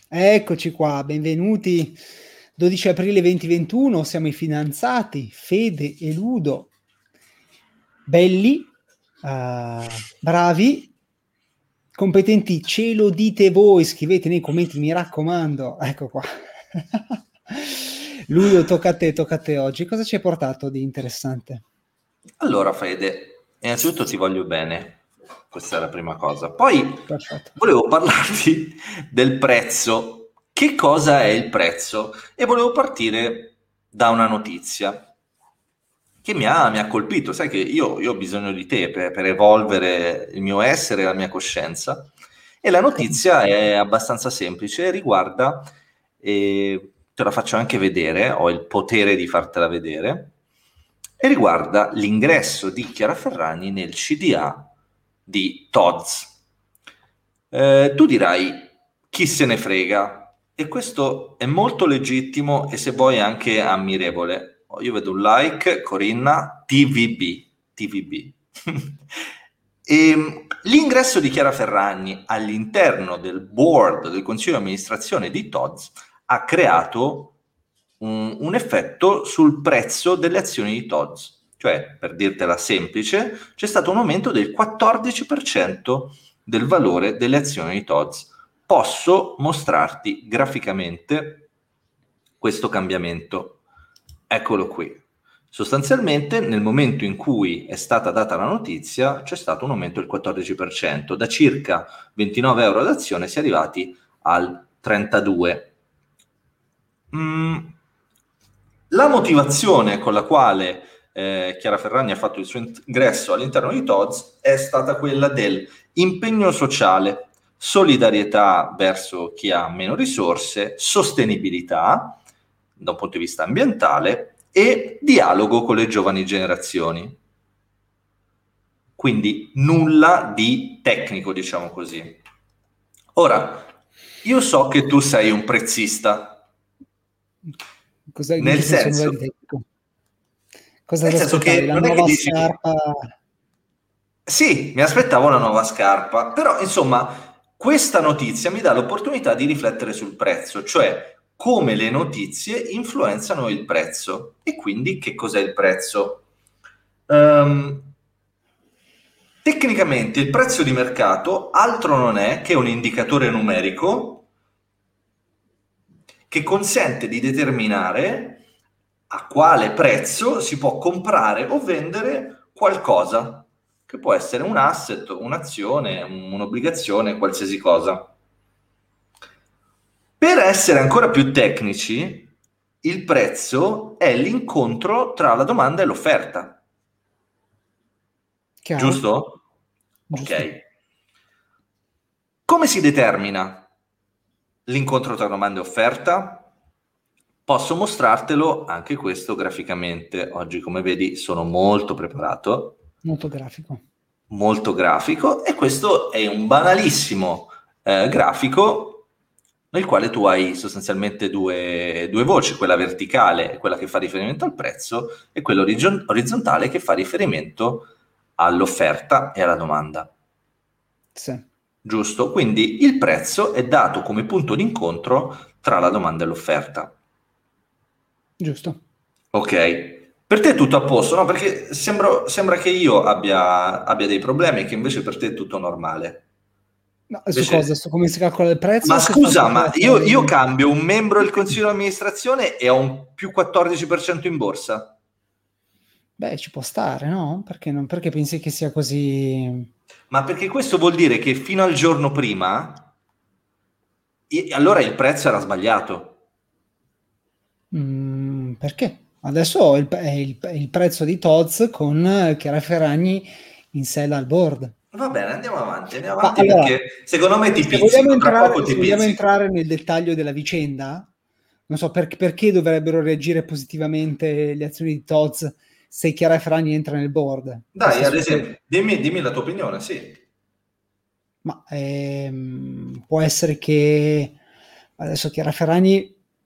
Eccoci qua, benvenuti. 12 aprile 2021, siamo i fidanzati, Fede e Ludo. Belli, bravi, competenti, ce lo dite voi, scrivete nei commenti, mi raccomando. Ecco qua. Ludo, tocca a te oggi. Cosa ci hai portato di interessante? Allora, Fede, innanzitutto ti voglio bene, questa è la prima cosa. Poi Perfetto. volevo parlarti del prezzo. Che cosa è il prezzo? E volevo partire da una notizia che mi ha colpito. Sai che io ho bisogno di te per evolvere il mio essere e la mia coscienza. E la Ok. notizia è abbastanza semplice, riguarda, te la faccio anche vedere, ho il potere di fartela vedere, e riguarda l'ingresso di Chiara Ferragni nel CDA di Tod's. Tu dirai, chi se ne frega? E questo è molto legittimo e se vuoi anche ammirevole. Io vedo un like, Corinna, TVB. L'ingresso di Chiara Ferragni all'interno del board del consiglio di amministrazione di Tod's ha creato un effetto sul prezzo delle azioni di Tod's. Cioè, per dirtela semplice, c'è stato un aumento del 14% del valore delle azioni di Tod's. Posso mostrarti graficamente questo cambiamento. Eccolo qui. Sostanzialmente, nel momento in cui è stata data la notizia, c'è stato un aumento del 14%. Da circa 29 euro ad azione si è arrivati al 32. La motivazione con la quale Chiara Ferragni ha fatto il suo ingresso all'interno di Tod's è stata quella del impegno sociale, solidarietà verso chi ha meno risorse, sostenibilità da un punto di vista ambientale e dialogo con le giovani generazioni. Quindi nulla di tecnico, diciamo così. Ora, io so che tu sei un prezzista, In nel che senso nulla senso, di tecnico? Cosa nel ti senso aspettavi? che La non è che nuova dici scarpa? sì, mi aspettavo una nuova scarpa, però insomma questa notizia mi dà l'opportunità di riflettere sul prezzo, cioè come le notizie influenzano il prezzo e quindi che cos'è il prezzo. Ehm, Tecnicamente il prezzo di mercato altro non è che un indicatore numerico che consente di determinare a quale prezzo si può comprare o vendere qualcosa, che può essere un asset, un'azione, un'obbligazione, qualsiasi cosa. Per essere ancora più tecnici, il prezzo è l'incontro tra la domanda e l'offerta, Chiaro? giusto? Giusto. Ok. Come si determina l'incontro tra domanda e offerta? Posso mostrartelo anche questo graficamente. Oggi, come vedi, sono molto preparato, Molto grafico. molto grafico, e questo è un banalissimo grafico nel quale tu hai sostanzialmente due voci, quella verticale, quella che fa riferimento al prezzo, e quella orizzontale che fa riferimento all'offerta e alla domanda. Sì, Giusto? Quindi il prezzo è dato come punto d'incontro tra la domanda e l'offerta. giusto. Ok. Per te è tutto a posto, no? Perché sembra che io abbia dei problemi e che invece per te è tutto normale. No, su cosa? Invece, Su come si calcola il prezzo ma o sul fatto scusa, che ma alla io fine... cambio un membro del consiglio di amministrazione e ho un più 14% in borsa. Beh, ci può stare, no? Perché, non, perché pensi che sia così... Ma perché questo vuol dire che fino al giorno prima, allora il prezzo era sbagliato. Perché? Adesso è il prezzo di Tod's con Chiara Ferragni in sella al board. Va bene, andiamo Ma avanti allora, perché secondo me ti pizzico, tra poco se ti vogliamo pizzico. entrare nel dettaglio della vicenda, non so perché dovrebbero reagire positivamente le azioni di Tod's se Chiara Ferragni entra nel board. Dai, Cosa ad succede? esempio, dimmi la tua opinione, sì. Ma può essere che adesso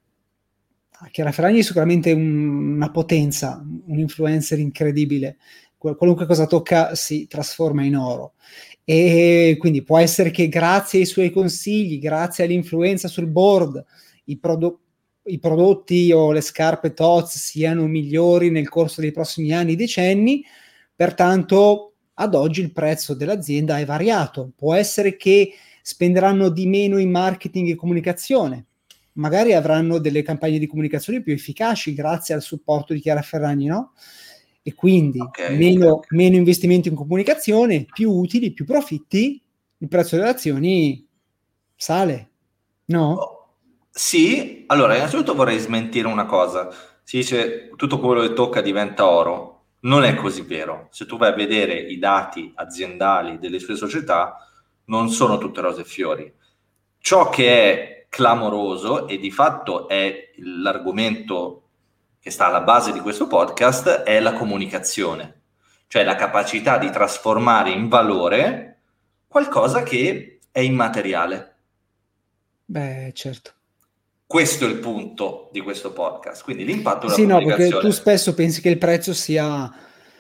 Chiara Ferragni è sicuramente una potenza, un influencer incredibile, qualunque cosa tocca si trasforma in oro. E quindi può essere che grazie ai suoi consigli, grazie all'influenza sul board, i prodotti o le scarpe TOTS siano migliori nel corso dei prossimi anni, decenni, pertanto ad oggi il prezzo dell'azienda è variato. Può essere che spenderanno di meno in marketing e comunicazione, magari avranno delle campagne di comunicazione più efficaci grazie al supporto di Chiara Ferragni, no? E quindi meno investimenti in comunicazione, più utili, più profitti, il prezzo delle azioni sale, no? Sì, allora innanzitutto vorrei smentire una cosa. Si dice tutto quello che tocca diventa oro. Non è così vero. Se tu vai a vedere i dati aziendali delle sue società, non sono tutte rose e fiori. Ciò che è clamoroso, e di fatto è l'argomento che sta alla base di questo podcast, è la comunicazione, cioè la capacità di trasformare in valore qualcosa che è immateriale. Beh, certo. Questo è il punto di questo podcast, quindi l'impatto della Sì, no, comunicazione. perché tu spesso pensi che il prezzo sia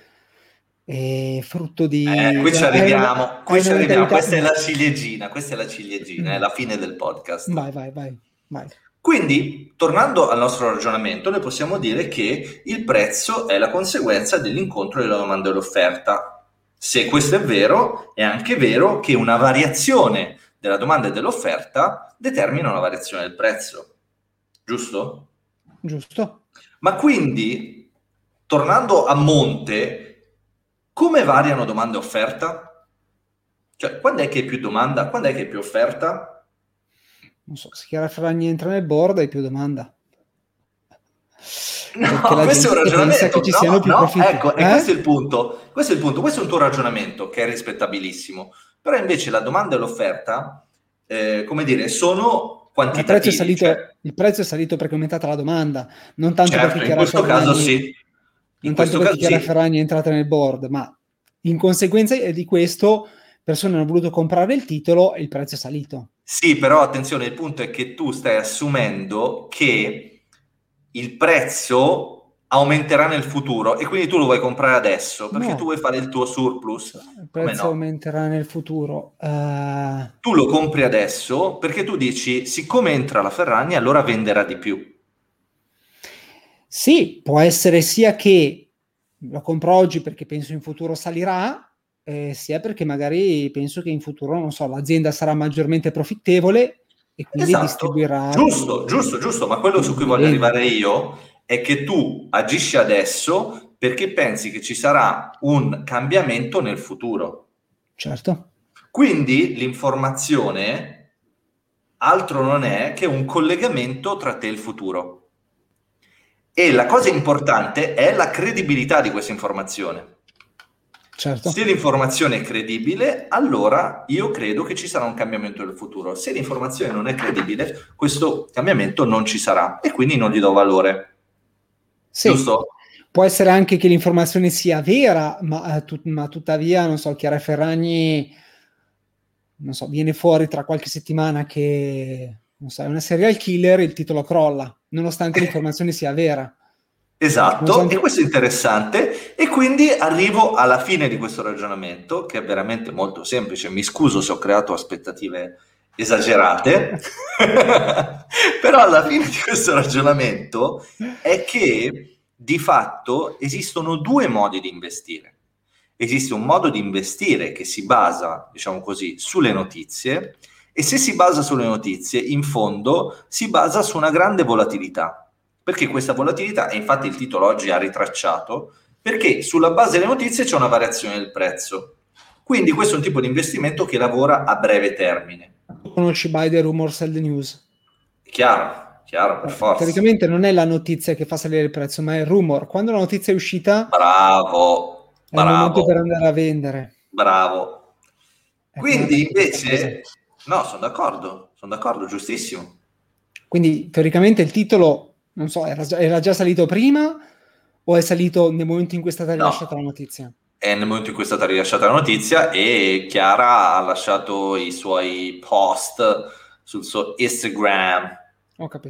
frutto di... Qui ci arriviamo, questa è la ciliegina, è la fine del podcast. Vai. Quindi, tornando al nostro ragionamento, noi possiamo dire che il prezzo è la conseguenza dell'incontro della domanda e dell'offerta. Se questo è vero, è anche vero che una variazione della domanda e dell'offerta determina una variazione del prezzo. Giusto? Giusto. Ma quindi, tornando a monte, come variano domanda e offerta? Cioè, quando è che è più domanda, quando è che è più offerta? Non so, se Chiara Ferragni entra nel board hai più domanda. No, questo è un ragionamento. Ci siano più profitti. Ecco, e questo è il punto. Questo è un tuo ragionamento che è rispettabilissimo. Però invece la domanda e l'offerta, come dire, sono quantitativi. Il prezzo è salito perché è aumentata la domanda, non tanto certo, perché in questo caso sì. Chiara Ferragni è entrata nel board, ma in conseguenza di questo persone hanno voluto comprare il titolo e il prezzo è salito. Sì, però attenzione, il punto è che tu stai assumendo che il prezzo aumenterà nel futuro e quindi tu lo vuoi comprare adesso perché tu vuoi fare il tuo surplus. Il prezzo aumenterà nel futuro. Tu lo compri adesso perché tu dici, siccome entra la Ferragni, allora venderà di più. Sì, può essere sia che lo compro oggi perché penso in futuro salirà, sia perché magari penso che in futuro, non so, l'azienda sarà maggiormente profittevole e quindi distribuirà. Giusto, ma quello su cui voglio arrivare io è che tu agisci adesso perché pensi che ci sarà un cambiamento nel futuro. Certo. Quindi l'informazione altro non è che un collegamento tra te e il futuro. E la cosa importante è la credibilità di questa informazione. Certo. Se l'informazione è credibile, allora io credo che ci sarà un cambiamento nel futuro. Se l'informazione non è credibile, questo cambiamento non ci sarà e quindi non gli do valore. Sì. Giusto? Può essere anche che l'informazione sia vera, ma tuttavia, non so, Chiara Ferragni, non so, viene fuori tra qualche settimana che, non so, è una serial killer, il titolo crolla, nonostante l'informazione sia vera. Esatto, e questo è interessante, e quindi arrivo alla fine di questo ragionamento, che è veramente molto semplice. Mi scuso se ho creato aspettative esagerate, però alla fine di questo ragionamento è che di fatto esistono due modi di investire. Esiste un modo di investire che si basa, diciamo così, sulle notizie, e se si basa sulle notizie, in fondo si basa su una grande volatilità. Perché questa volatilità, e infatti il titolo oggi ha ritracciato, perché sulla base delle notizie c'è una variazione del prezzo. Quindi questo è un tipo di investimento che lavora a breve termine. Conosci buy the rumor, sell the news? Chiaro, per forza. Teoricamente non è la notizia che fa salire il prezzo, ma è il rumor. Quando la notizia è uscita, bravo. È il momento per andare a vendere. Bravo. Quindi invece, no, sono d'accordo, giustissimo. Quindi teoricamente il titolo, non so, era già salito prima o è salito nel momento in cui è stata rilasciata la notizia? È nel momento in cui è stata rilasciata la notizia e Chiara ha lasciato i suoi post sul suo Instagram. Ho capito.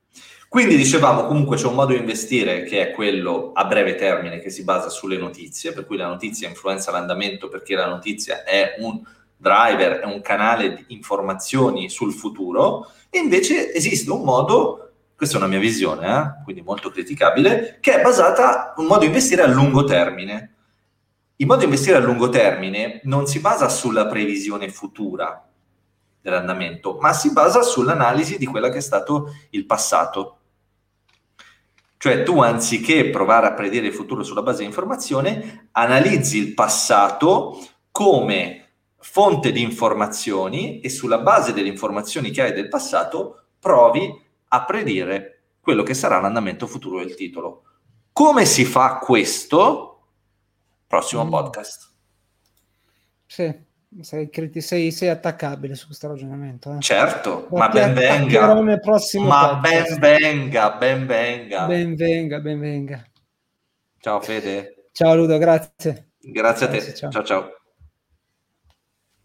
Quindi dicevamo, comunque c'è un modo di investire che è quello a breve termine, che si basa sulle notizie, per cui la notizia influenza l'andamento perché la notizia è un driver, è un canale di informazioni sul futuro, e invece esiste un modo, questa è una mia visione, quindi molto criticabile, che è basata un modo di investire a lungo termine. Il modo di investire a lungo termine non si basa sulla previsione futura dell'andamento, ma si basa sull'analisi di quella che è stato il passato. Cioè tu, anziché provare a predire il futuro sulla base di informazione, analizzi il passato come fonte di informazioni e sulla base delle informazioni che hai del passato provi a predire quello che sarà l'andamento futuro del titolo. Come si fa questo? Prossimo podcast. Sì, sei attaccabile su questo ragionamento. Certo, ma ben venga. Nel prossimo podcast. Ben venga. Ben venga. Ciao Fede. Ciao Ludo, grazie. Grazie a te. Ciao ciao.